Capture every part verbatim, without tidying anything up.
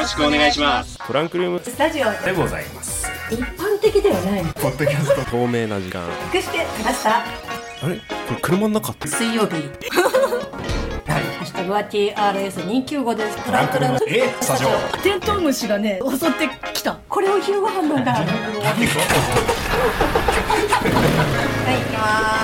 ろしくお願いします。 トランクルームスタジオでございます。 一般的ではないポッドキャスト透明な時間。 隠してくださあれこれ車の中って水曜日はい、ハッシュタグは ティーアールエスにひゃくきゅうじゅうご です。トランクルームえスタジオテントウムシがね襲ってきた。これを昼ご飯なんだはい、行きます。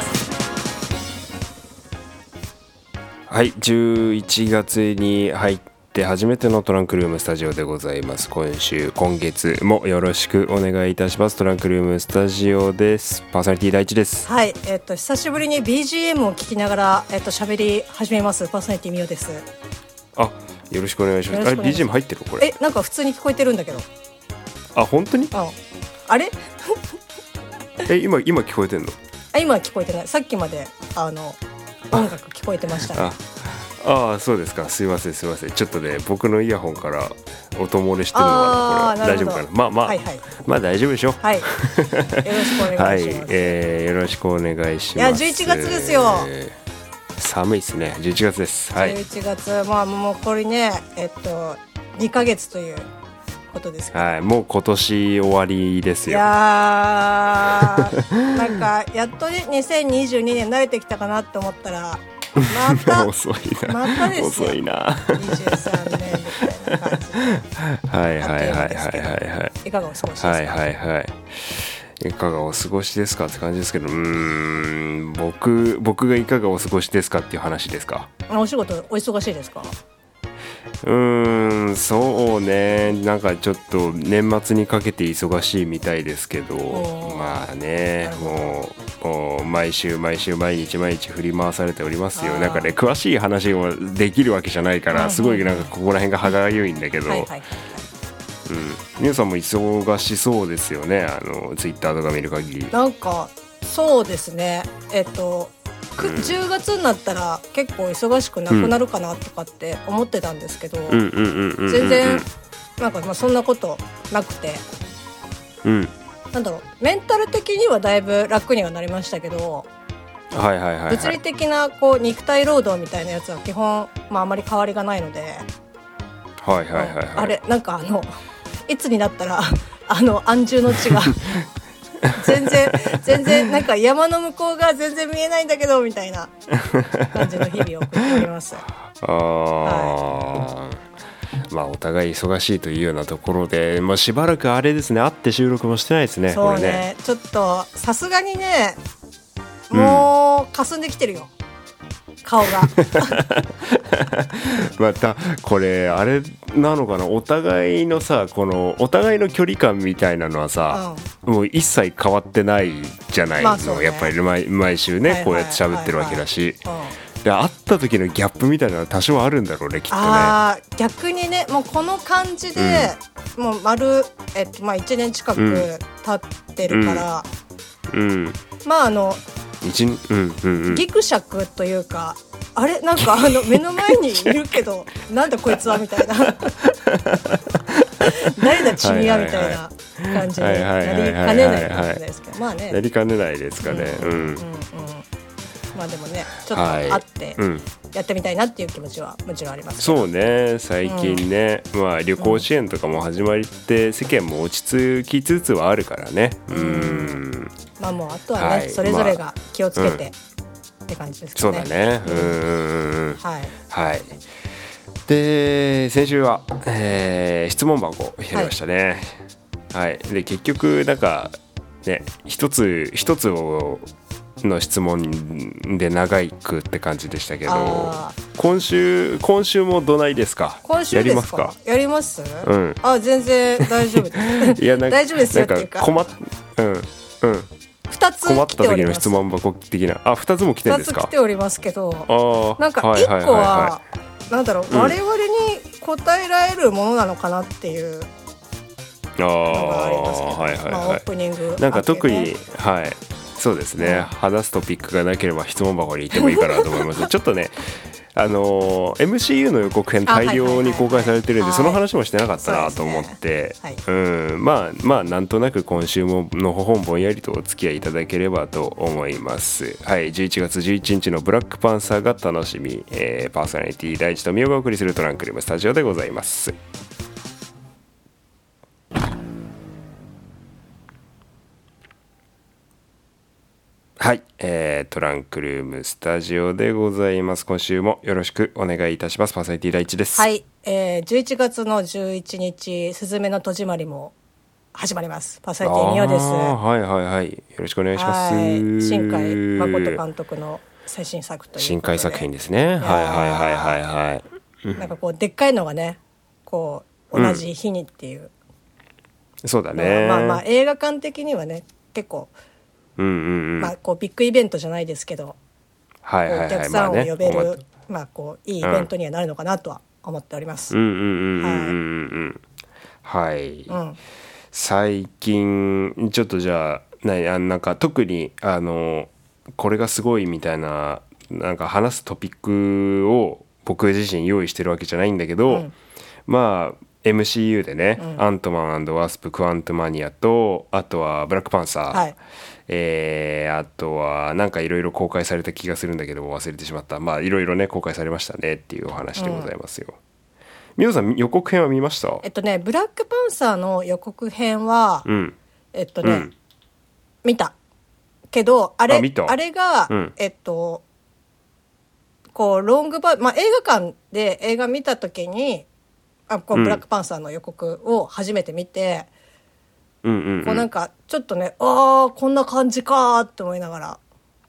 はい、じゅういちがつに入って初めてのトランクルームスタジオでございます。今週今月もよろしくお願いいたします。トランクルームスタジオです。パーソナリティ第一です。 はい、えっと久しぶりに ビージーエム を聞きながらえっと喋り始めます。パーソナリティみよです。 あ、よろしくお願いします。あれ ビージーエム 入ってるこれ。 え、なんか普通に聞こえてるんだけど。 あ、本当に？ あ、あれ？ え、今今聞こえてんの？ あ、今は聞こえてない。さっきまであの音楽聞こえてましたね。 ああ、そうですか。すいませんすいません。ちょっとね、僕のイヤホンから音漏れしてるのかな。これ大丈夫かな。まあまあ、はいはい、まあ大丈夫でしょう。 はい。よろしくお願いします。はい、 えー、よろしくお願いします。 いや、じゅういちがつですよ。 えー、寒いですね。じゅういちがつです。はい。 じゅういちがつ、まあもうこれね、えっとにかげつということですけど。 はい、もう今年終わりですよ。 いやー、なんかやっとねにせんにじゅうにねん慣れてきたかなって思ったら。また遅いな、 またですよ。 遅いな。 にじゅうさんねんみたいな感じで。 はいはいはいはいはいはい。 いかがお過ごしですか。 はいはいはい。いかがお過ごしですかって感じですけど、うーん、僕僕がいかがお過ごしですかっていう話ですか。 お仕事お忙しいですか。 うーん、そうね、なんかちょっと年末にかけて忙しいみたいですけど、まあね、もう、もう毎週毎週毎日毎日振り回されておりますよ。なんかね、詳しい話をできるわけじゃないから、すごいなんかここら辺が歯がゆいんだけど、はいはいはいはい、うん、皆さんも忙しそうですよね。あのツイッターとか見る限り。 なんかそうですね。えっとじゅうがつになったら結構忙しくなくなるかなとかって思ってたんですけど、全然なんかまあそんなことなくて、 うん、 なんだろう、メンタル的にはだいぶ楽にはなりましたけど、 はいはいはいはい、 物理的なこう肉体労働みたいなやつは基本、まあ、あまり変わりがないので、 はいはいはいはい、 あれなんかあのいつになったらあの安住の地が全然全然なんか山の向こうが全然見えないんだけどみたいな感じの日々を送っております。 あ、はい、まあお互い忙しいというようなところで、まあ、しばらくあれですね、会って収録もしてないですね。 そうね、 これね、 ちょっとさすがにね、もう霞んできてるよ、顔がまたこれあれなのかな、お互いのさ、このお互いの距離感みたいなのはさ、うん、もう一切変わってないじゃないの、まあね、やっぱり 毎, 毎週ね、はいはい、こうやって喋ってるわけだし、はいはいはい、で会った時のギャップみたいなのは多少あるんだろうね、きっとね。あ、 逆にね、もうこの感じで、うん、もう丸、えっとまあ、いちねん近く経ってるから、 うんうん、 まああの一、うんうんうん、 ギクシャクというか、あれなんかあの目の前にいるけどなんだこいつはみたいな誰だチミはみたいな感じになりかねないかもしれないですけど、まあね、 なりかねないですかね。うんうんうんうん、 まあでもね、ちょっと会ってやってみたいなっていう気持ちはもちろんありますけど、 そうね、最近ね、うん、まあ旅行支援とかも始まって世間も落ち着きつつはあるからね。うん、うん、 まあもうあとはね、はい、それぞれが気をつけて、まあ、って感じですかね。 そうだね。うんうんうん、はいはい。で先週は、えー、質問箱をやりましたね。はい、はい、で結局なんかね、一つ一つをの質問で長いくって感じでしたけど、今週今週もどないですか。 今週ですか。やりますか。やります。 うん。 あ、全然大丈夫です。いや、なんか大丈夫ですよっていうか。 困っうんうん。 二つ困った時の質問箱的な、あ、二つも来てるんですか。 二つ来ておりますけど、あ、なんか一個はなんだろう、うん、我々に答えられるものなのかなっていうのがありますけど、はいはいはい、まあ、オープニング、ね、 なんか特に、はい、そうですね、うん、話すトピックがなければ質問箱に行ってもいいかなと思いますちょっとね、あのー、エムシーユー の予告編大量に公開されてるんで、その話もしてなかったなと思って、はい、う、ね、はい、うん、まあまあなんとなく今週ものほほんぼんやりとお付き合いいただければと思います。はい、じゅういちがつじゅういちにちのブラックパンサーが楽しみ、えー、パーソナリティ第一とみおがお送りするトランクルームスタジオでございます。 はい、えー、トランクルームスタジオでございます。今週もよろしくお願いいたします。パーソナリティ第一です。 はい、えー、じゅういちがつのじゅういちにち、すずめの戸締まりも始まります。パーソナリティみおです。 はいはいはい、よろしくお願いします。 新海誠監督の最新作ということで。 新海作品ですね。はいはいはいはいはい。 なんかこうでっかいのがね、こう同じ日にっていう、 うん、そうだね。 まあまあ映画館的にはね結構。 うんうんうん、 まあ、こうビッグイベントじゃないですけど、 はいはいはい、 お客さんを呼べる、 まあね、 まあこういいイベントにはなるのかなとは思っております。 うんうんうんうんうんはい、うん、最近ちょっとじゃあななんか特にあのこれがすごいみたいななんか話すトピックを僕自身用意してるわけじゃないんだけど、うん、まあエムシーユー でね、うん、アントマン&ワスプ・クワントマニアとあとはブラックパンサー、はい、えー、あとはなんかいろいろ公開された気がするんだけど忘れてしまった。まあいろいろね公開されましたねっていうお話でございますよ。みおさん予告編は見ました？ えっとねブラックパンサーの予告編は、うん、えっとね、うん、見たけどあれ あ, あれが、うん、えっとこうロングバー、まあ、映画館で映画見た時にあこうブラックパンサーの予告を初めて見て、うんうんうん、こうなんかちょっとねああこんな感じかって思いながら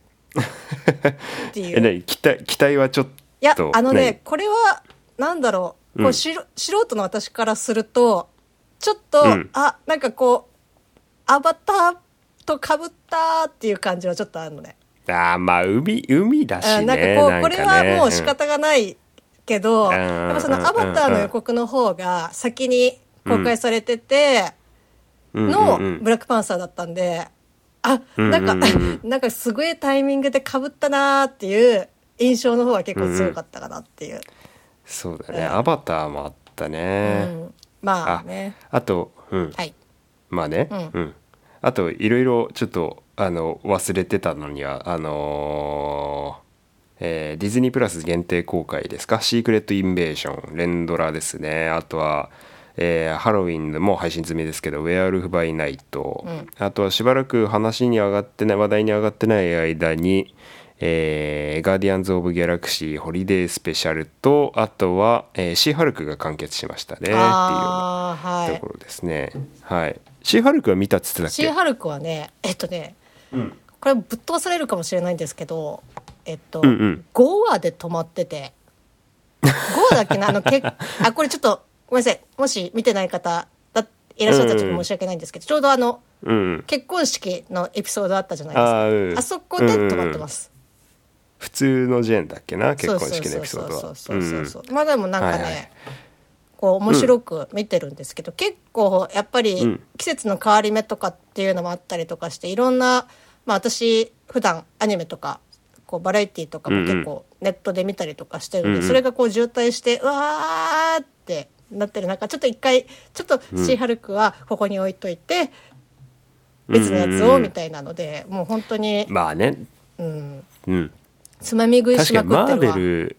っていうえ何期待、期待はちょっといやあのねこれはなんだろう、こうし、うん、素人の私からするとちょっと、うん、あなんかこうアバターとかぶったっていう感じはちょっとあるのね。 ああまあ海海だしね、 なんかこう、ね、これはもう仕方がないけど、うん、やっぱそのアバターの予告の方が先に公開されててのブラックパンサーだったんで、あなんかなんかすごいタイミングで被ったなーっていう印象の方が結構強かったかなっていう、うん、 そうだね、アバターもあったね、うん、 まあねあ, あと、うん、 はい、 まあね、うんうん、あといろいろちょっとあの忘れてたのにはあのーえー、ディズニープラス限定公開ですか、シークレットインベーション連ドラですね。あとは、えー、ハロウィンでも配信済みですけどウェアルフバイナイト、うん、あとはしばらく話に上がってない話題に上がってない間に、えー、ガーディアンズ・オブ・ギャラクシーホリデースペシャルとあとは、えー、シーハルクが完結しましたねっていうようなところですね。はい、シーハルクは見たっつってたっけ？ シーハルクはねえっとね、うん、これぶっ飛ばされるかもしれないんですけどえっと、うんうん、ごわで止まっててごわだっけなあのけあこれちょっとごめんなさいもし見てない方だいらっしゃったらちょっと申し訳ないんですけど、うんうん、ちょうどあの、うん、結婚式のエピソードあったじゃないですか。 あ,、うん、あそこで止まってます、うんうん、 普通のジェーンだっけな結婚式のエピソードは。 そうそうそうそう、うん、まあでもなんかね、はいはい、こう面白く見てるんですけど、うん、結構やっぱり季節の変わり目とかっていうのもあったりとかしていろんな、まあ私普段アニメとかこうバラエティとかも結構ネットで見たりとかしてるんで、うんうん、それがこう渋滞してうわーってなってる中ちょっと一回ちょっとシーハルクはここに置いといて、うん、別のやつをみたいなので、もう本当にまあね、 うんうん、つまみ食いしまくってるわ。 確かにマーベル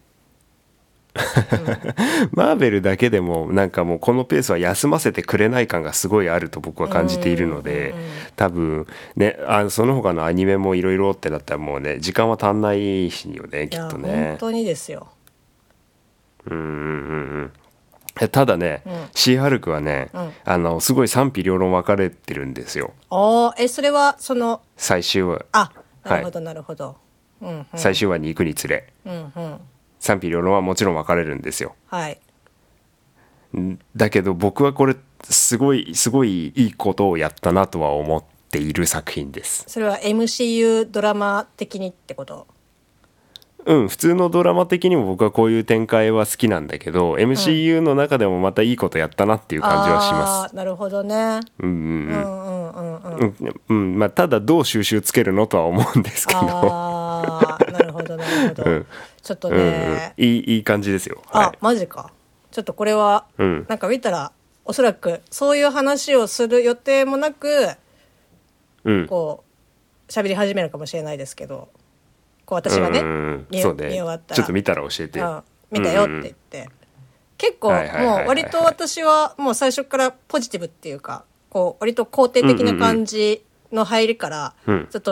マーベルだけでもなんかもうこのペースは休ませてくれない感がすごいあると僕は感じているので、多分ねあのその他のアニメもいろいろってなったらもうね時間は足んないしよねきっとね。 いや本当にですよ。 うんうんうんただね、うん、シーハルクはね、うん、あのすごい賛否両論分かれてるんですよ。 あえそれはその最終話あなるほどなるほど、 はいうんうん、最終話に行くにつれ、うんうん賛否両論はもちろん分かれるんですよ。 はい。 だけど僕はこれすごいすごいいいことをやったなとは思っている作品です。 それは エムシーユー ドラマ的にってこと？ うん普通のドラマ的にも僕はこういう展開は好きなんだけど、うん、エムシーユー の中でもまたいいことやったなっていう感じはします。 あなるほどね。 うんうんうんうんうんうんまあただどう収集つけるのとは思うんですけど。 あなるほどなるほど、うん、ちょっとね、うんうん、 いいいい感じですよ。 あ、はい、マジか。ちょっとこれは、うん、なんか見たらおそらくそういう話をする予定もなく、うん、こう喋り始めるかもしれないですけど、こう私がね、うん、見, そうね見終わったらちょっと見たら教えてよ。 見たよって言って、うんうん、結構もう割と私はもう最初からポジティブっていうかこう割と肯定的な感じの入りから、うん、ちょっとまあ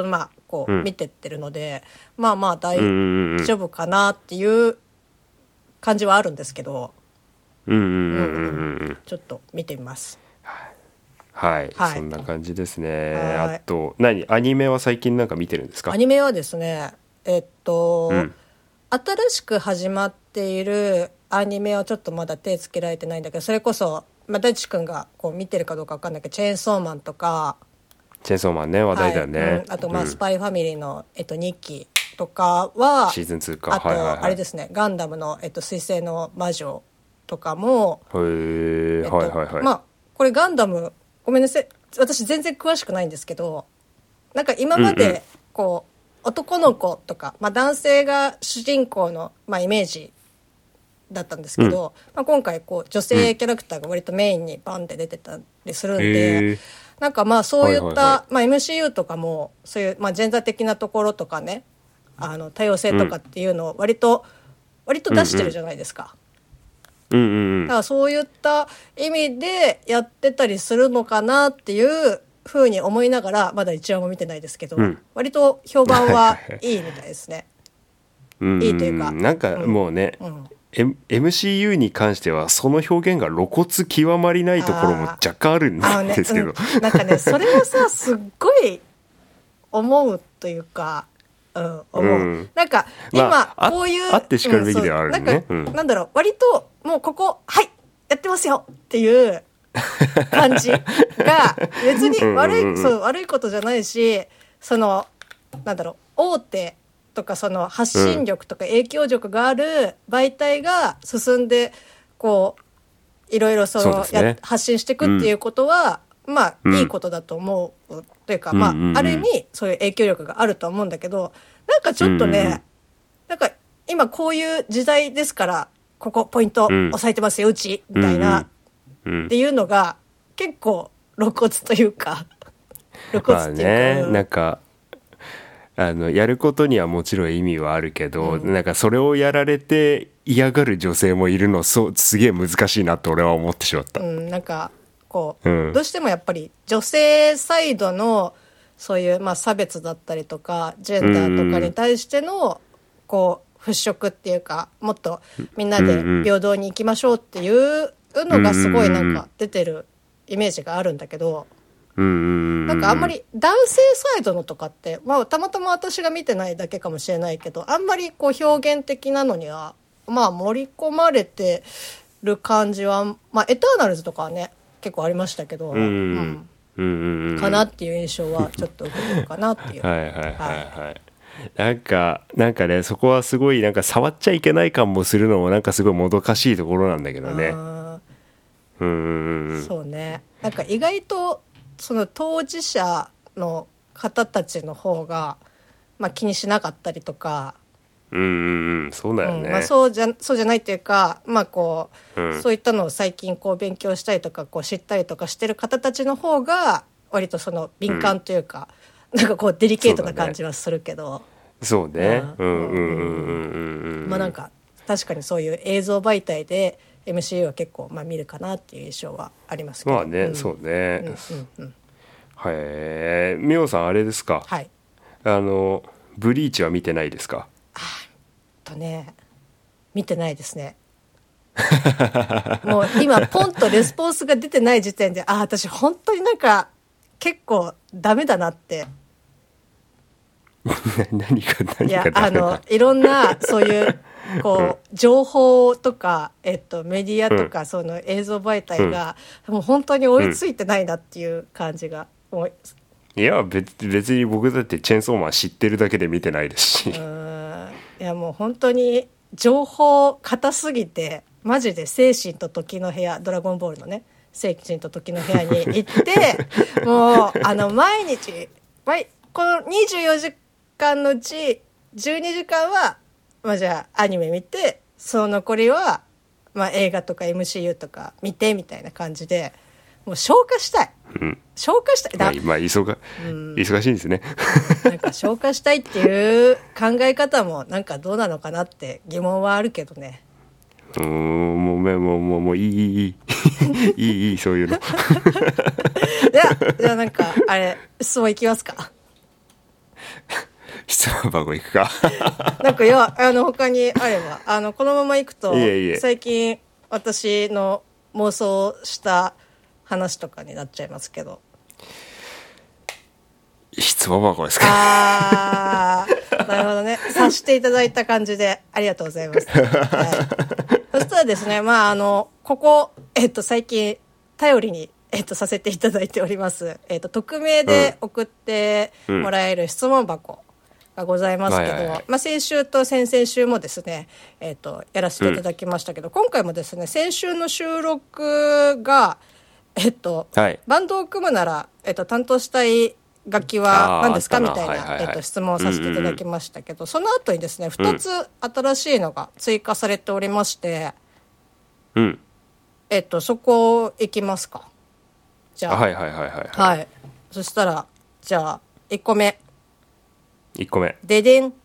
こう見てってるので、うん、まあまあ大丈夫かなっていう感じはあるんですけど、ちょっと見てみます。 はい、はい、そんな感じですね。あと何アニメは最近なんか見てるんですか？ アニメはですね、えっと、うん、新しく始まっているアニメはちょっとまだ手つけられてないんだけど、それこそ、まあ、大地君がこう見てるかどうか分かんないけど、チェーンソーマンとか、 チェーンソーマンね、話題だよね。はい、うん、 あとまあ、うん、スパイファミリーの、えっと、にきとかはシーズンツーか。 あと、はいはいはい、あれですね、ガンダムの、えっと、水星の魔女とかも、 へー、えっと、はいはいはい。 まあこれガンダムごめんなさい、私全然詳しくないんですけど、なんか今までこう、うんうん、男の子とか、まあ、男性が主人公の、まあ、イメージだったんですけど、うん、まあ、今回こう女性キャラクターが割とメインにバンって出てたりするんで、うん、なんかまあそういった、はいはいはい、まあ、エムシーユー とかもそういう、まあ、ジェンダー的なところとかね、あの多様性とかっていうのを割と、うん、割と出してるじゃないですか。 うんうんうん、 だからそういった意味でやってたりするのかなっていうふうに思いながら、まだ一話も見てないですけど、うん、割と評判はいいみたいですね。いいというか、 なんかもうね、うん、M- エムシーユー に関してはその表現が露骨極まりないところも若干あるんですけど、ね、 うん、なんかねそれはさすっごい思うというか、うん、思う、うん、なんか今、まあ、こういうあってしかるべきではあるね、うん、なんか、 うん、なんだろう、割ともうここはいやってますよっていう感じが別に悪い、うんうんうん、そう悪いことじゃないし、そのなんだろう、大手とかその発信力とか影響力がある媒体が進んでこういろいろそのや、ね、発信していくっていうことは、うん、まあいいことだと思うというか、うん、まあ、うんうんうん、ある意味そういう影響力があると思うんだけど、なんかちょっとね、うんうん、なんか今こういう時代ですからここポイント押さえてますよ、うちみたいな、うんうん、っていうのが結構露骨というか露骨っていうか、まあね、 なんかあのやることにはもちろん意味はあるけど、うん、なんかそれをやられて嫌がる女性もいるの、そうすげえ難しいなと俺は思ってしまった、 うん、なんかこう、うん、どうしてもやっぱり女性サイドのそういう、まあ、差別だったりとかジェンダーとかに対してのこう払拭っていうか、もっとみんなで平等に行きましょうっていうのがすごいなんか出てるイメージがあるんだけど、なんかあんまり男性サイドのとかって、まあ、たまたま私が見てないだけかもしれないけど、あんまりこう表現的なのにはまあ盛り込まれてる感じは、まあ、エターナルズとかはね結構ありましたけど、うん、うん、かなっていう印象はちょっと受けてるかなっていうはいはいはいはい、はい、なんかなんかね、そこはすごいなんか触っちゃいけない感もするのもなんかすごいもどかしいところなんだけどね。うん、 そうね、なんか意外とその当事者の方たちの方が、まあ、気にしなかったりとか、 うんうんうん、そうだよね、 うん、まあ、そうじゃそうじゃないっていうか、まあこう、うん、そういったのを最近こう勉強したりとかこう知ったりとかしてる方たちの方が割とその敏感というか、うん、なんかこうデリケートな感じはするけど、 そうね、うんうんうんうんうん、 まあなんか確かにそういう映像媒体で エムシーユー は結構まあ見るかなっていう印象はありますけど、 まあね、うん、そうね、うんうんうん、はい、みおさんあれですか、 はい、 あのブリーチは見てないですか？ あとね見てないですねもう今ポンとレスポンスが出てない時点で、あ私本当になんか結構ダメだなって何か何かいやあのいろんなそういうこう情報とか、えっと、メディアとか、うん、その映像媒体が、うん、もう本当に追いついてないなっていう感じが、うん、 いや 別, 別に僕だってチェーンソーマン知ってるだけで見てないですし、うーん、いやもう本当に情報硬すぎてマジで精神と時の部屋、ドラゴンボールのね精神と時の部屋に行ってもうあの毎日毎このにじゅうよじかんのうちじゅうにじかんはまあ、じゃあアニメ見て、その残りは、まあ、映画とか エムシーユー とか見てみたいな感じでもう消化したい、うん、消化したいだ、 まあ、まあ、忙, うん、忙しいんですねなんか消化したいっていう考え方もなんかどうなのかなって疑問はあるけどね。 うーん、もうもうもうもういいいいいいいいいいそういうのじゃあじゃあなんかあれ質問いきますか質問箱行くかなんかいやあの他にあればあのこのまま行くといえいえ最近私の妄想した話とかになっちゃいますけど。 質問箱ですか。 あーなるほどね。察していただいた感じでありがとうございます、はい、そしたらですねまああのここえっと最近頼りにえっとさせていただいておりますえっと匿名で送ってもらえる質問箱がございますけど、 はいはいはい、 まあ、先週と先々週もですね、えっとやらせていただきましたけど、うん、今回もですね先週の収録がえっと、はい、バンドを組むなら、えっと、担当したい楽器は何ですかみたいな、はいはいはい、えっと、質問をさせていただきましたけど、うんうん、その後にですねふたつ新しいのが追加されておりまして、 うん、 えっとそこ行きますか。じゃあ、 はいはいはいはい、はい、 はい、そしたらじゃあいっこめいっこめででんク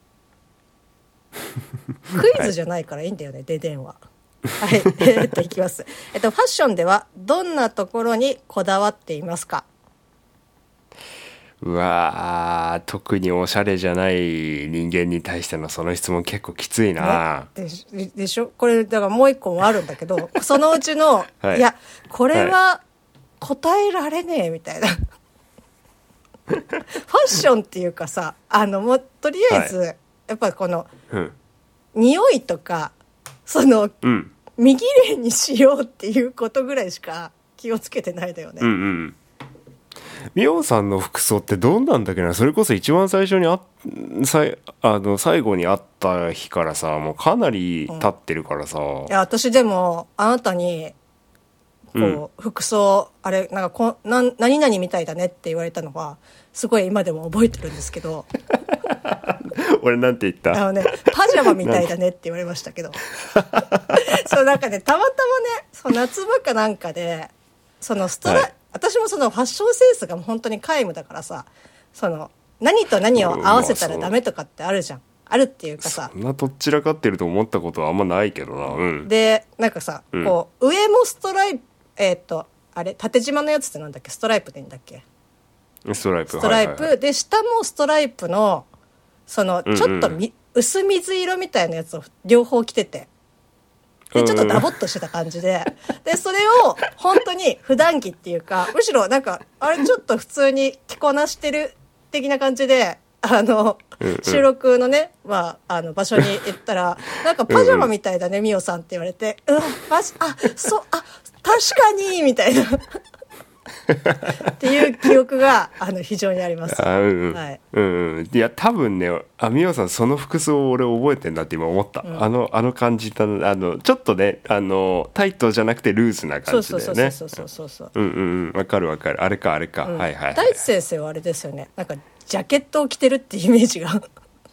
イズじゃないからいいんだよね、はい、ででんははいえっといきます、えっと、ファッションではどんなところにこだわっていますか。 うわー特におしゃれじゃない人間に対してのその質問結構きついな、 ね、で, でしょこれだからもう一個もあるんだけどそのうちの、はい、いやこれは答えられねえみたいな、はい、ファッションっていうかさあのもうとりあえず、はい、やっぱりこの、うん、匂いとかその、うん、身綺麗にしようっていうことぐらいしか気をつけてないだよね。 うんうんミオさんの服装ってどんなんだっけな。それこそ一番最初にあさいあの最後に会った日からさもうかなり経ってるからさ、うん、 いや私でもあなたにこう、うん、服装あれなんかこな何々みたいだねって言われたのはすごい今でも覚えてるんですけど俺なんて言った？ あのねパジャマみたいだねって言われましたけどそうなんかねたまたまねそう夏場かなんかでそのストラ、はい、私もそのファッションセンスが本当に皆無だからさその何と何を合わせたらダメとかってあるじゃん、あるっていうかさそんなどっちらかってると思ったことはあんまないけどな、うん、 でなんかさ、うん、こう上もストライプえー、っとあれ縦縞のやつってなんだっけストライプでいいんだっけストライプストライプ、はいはいはい、で下もストライプのそのちょっとみ、うんうん、薄水色みたいなやつを両方着ててでちょっとダボっとしてた感じで、うん、でそれを本当に普段着っていうかむしろなんかあれちょっと普通に着こなしてる的な感じであの、うんうん、収録のね、まあ、あの場所に行ったらなんかパジャマみたいだねミオさんって言われてうわマジあそうあ確かにみたいなっていう記憶があの非常にあります。 あ、うんうん、 はい、 うんうん、いや多分ねあみおさんその服装を俺覚えてんだって今思った、うん、あのあの感じだあのちょっとねあのタイトじゃなくてルーズな感じだよね。 そうそうそうそうそううんうんうんわかるわかるあれかあれか、うん、はいはい、はい、 大地先生はあれですよねなんかジャケットを着てるってイメージがなん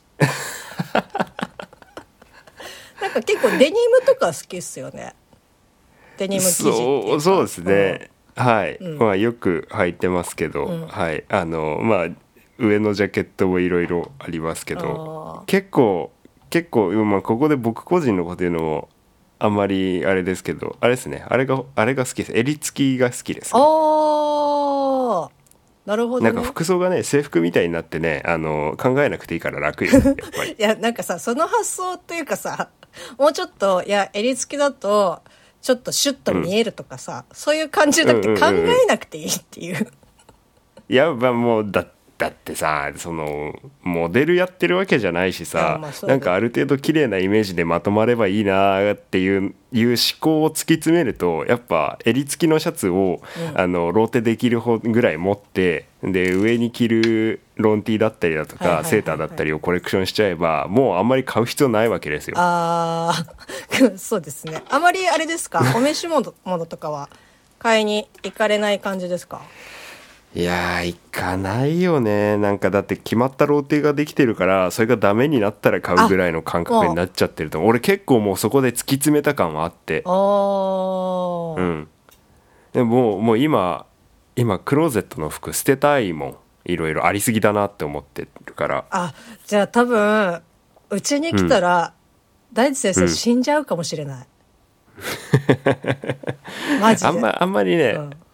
か結構デニムとか好きっすよね。デニム生地っていうかそうそうですね、うん、はい、うん、まあよく履いてますけど、うん、はいあのまあ上のジャケットもいろいろありますけど結構結構、まあ、ここで僕個人のこと言うのもあんまりあれですけどあれですねあれがあれが好きです襟付きが好きです、ね、 あなるほど、ね、 なんか服装がね制服みたいになってねあの考えなくていいから楽よやっぱりいやなんかさその発想っていうかさもうちょっといや襟付きだとちょっとシュッと見えるとかさ、うん、そういう感じだって考えなくていいっていう、うんうんうん、 いやまあもうだだってさそのモデルやってるわけじゃないしさなんかある程度綺麗なイメージでまとまればいいなっていういう思考を突き詰めるとやっぱ襟付きのシャツを、うん、あのローテできるぐらい持ってで上に着るロンティーだったりだとか、はいはいはいはい、セーターだったりをコレクションしちゃえばもうあんまり買う必要ないわけですよ。 あそうですね。あまりあれですかお召し物とかは買いに行かれない感じですか？ いやー行かないよね。なんかだって決まったローテができてるからそれがダメになったら買うぐらいの感覚になっちゃってると思う。俺結構もうそこで突き詰めた感はあってあうん。でももう今今クローゼットの服捨てたいもんいろいろありすぎだなって思ってるからあじゃあ多分うちに来たら、うん、大地先生死んじゃうかもしれない、うん、マジであんま、あんまりね、うん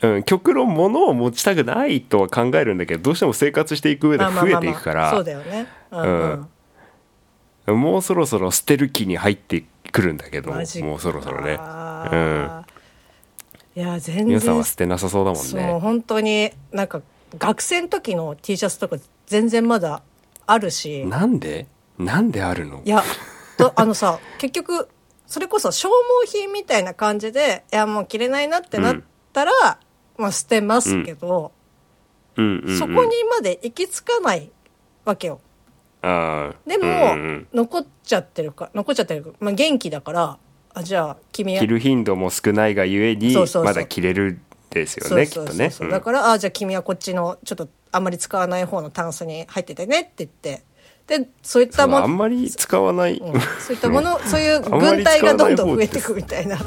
うん、極論物を持ちたくないとは考えるんだけど、どうしても生活していく上で増えていくから、 そうだよね、うんうん、もうそろそろ捨てる気に入ってくるんだけど、もうそろそろね、うん、 いや全然皆さんは捨てなさそうだもんね。 そう本当になんか学生の時の T シャツとか全然まだあるし。 なんでなんであるの？ いやとあのさ結局それこそ消耗品みたいな感じで、いやもう着れないなってなったら、うん、まあ捨てますけど、うんうんうんうん、そこにまで行き着かないわけよ。あでも、うんうん、残っちゃってるか残っちゃってる、まあ、元気だから、あじゃあ君は着る頻度も少ないがゆえにそうそうそうまだ着れるですよね、きっとね。 だから、あじゃあ君はこっちのちょっとあんまり使わない方のタンスに入っててねって言って、でそういったものあんまり使わない、 うん、そういったものそういう軍隊がどんどん増えていくみたいな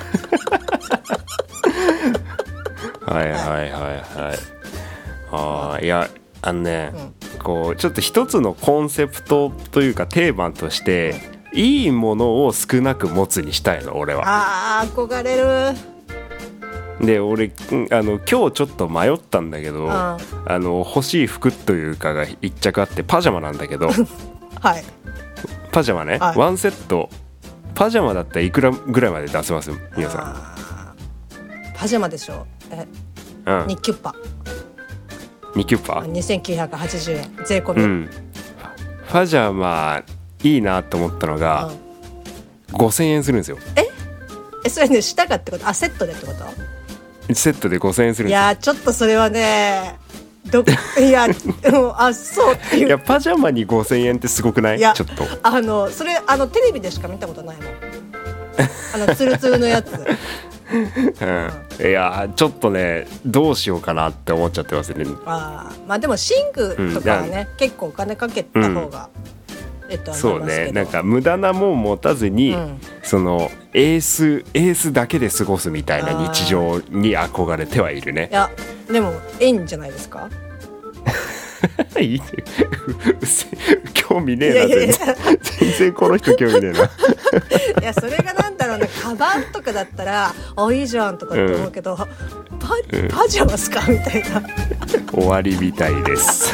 はいはいはいはいああいやあのね、うん、こうちょっと一つのコンセプトというかテーマとして、うん、いいものを少なく持つにしたいの俺は。 あー憧れる。 で俺あの今日ちょっと迷ったんだけど、うん、あの欲しい服というかが一着あってパジャマなんだけどはいパジャマね、はい、ワンセットパジャマだったらいくらぐらいまで出せます皆さん？ パジャマでしょえ、うん、にキュッパにキュッパにせんきゅうひゃくはちじゅうえん税込み、うん、 パジャマいいなと思ったのが、うん、ごせんえんするんですよ。 ええそれね下がってことあセットでってこと？ セットでごせんえんするんですよ。 いやちょっとそれはねどいやあそうっていう。 いやパジャマにごせんえんってすごくない？いやちょっとあのそれあのテレビでしか見たことないもんあのツルツルのやつ、 うん、いやちょっとねどうしようかなって思っちゃってますね。 あまあでも寝具とかはね、うん、結構お金かけた方が、うん、えっと、 そうねなんか無駄なもん持たずに、うん、そのエースエースだけで過ごすみたいな日常に憧れてはいるね。 いやでもいいんじゃないですかいい興味ねえな。いやいやいや全然全然この人興味ねえないやそれがなんだろうねカバンとかだったらあいいじゃんとかって思うけど、うん、パ, パジャマすかみたいな終わりみたいです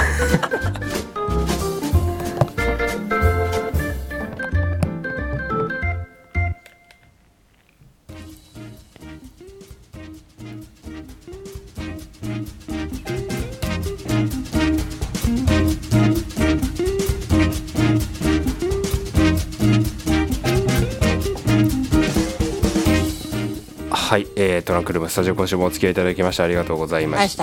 はい、えー、トランクルームスタジオ今週もお付き合いいただきましてありがとうございました。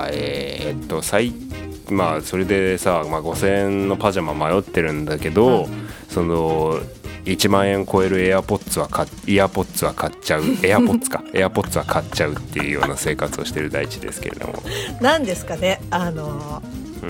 えー、っと最まあそれでさ、まあ、ごせんえんのパジャマ迷ってるんだけど、うん、そのいちまんえん超えるエアポッツは買イヤポッツは買っちゃうエアポッツかエアポッツは買っちゃうっていうような生活をしてる大地ですけれどもなんですかねあの、うん、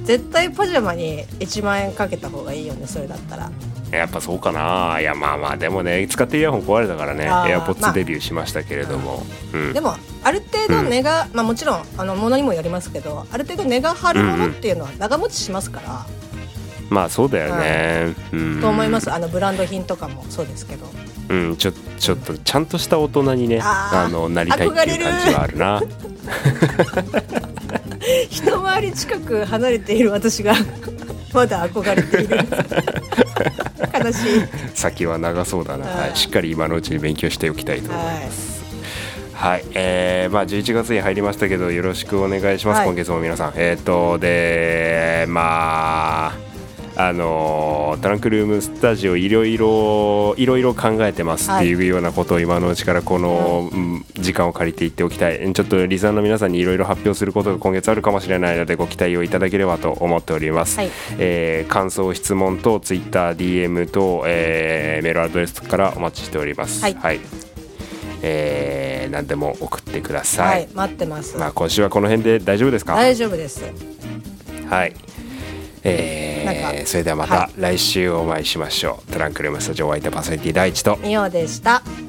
絶対パジャマにいちまんえんかけた方がいいよねそれだったら。 やっぱそうかな。いやまあまあでもね使ってイヤホン壊れたからねエアポッツデビューしましたけれども、まあうん、 でもある程度値が、うんまあ、もちろんあの物にもよりますけどある程度値が張るものっていうのは長持ちしますから、 うんうん、まあそうだよね、 うん、と思います。あのブランド品とかもそうですけど、 うん、ちょ、ちょっとちゃんとした大人にねあのなりたいっていう感じはあるな一回り近く離れている私がまだ憧れている悲しい。 先は長そうだな、はい、しっかり今のうちに勉強しておきたいと思います。はい、はい、えーまあ、じゅういちがつに入りましたけどよろしくお願いします、はい、今月も皆さん。えーとでまああのトランクルームスタジオいろいろいろいろ考えてますっていうようなことを今のうちからこの、うん、時間を借りていっておきたい。ちょっとリスナーの皆さんにいろいろ発表することが今月あるかもしれないのでご期待をいただければと思っております、はいえー、感想質問とツイッター ディーエム と、えー、メールアドレスからお待ちしております。はい、はいえー、何でも送ってください。はい、 待ってます。 まあ、今週はこの辺で大丈夫ですか？ 大丈夫です。 はいえー、それではまた来週お会いしましょう、はい、トランクルームスタジオお相手パーソナリティ第一とみおでした。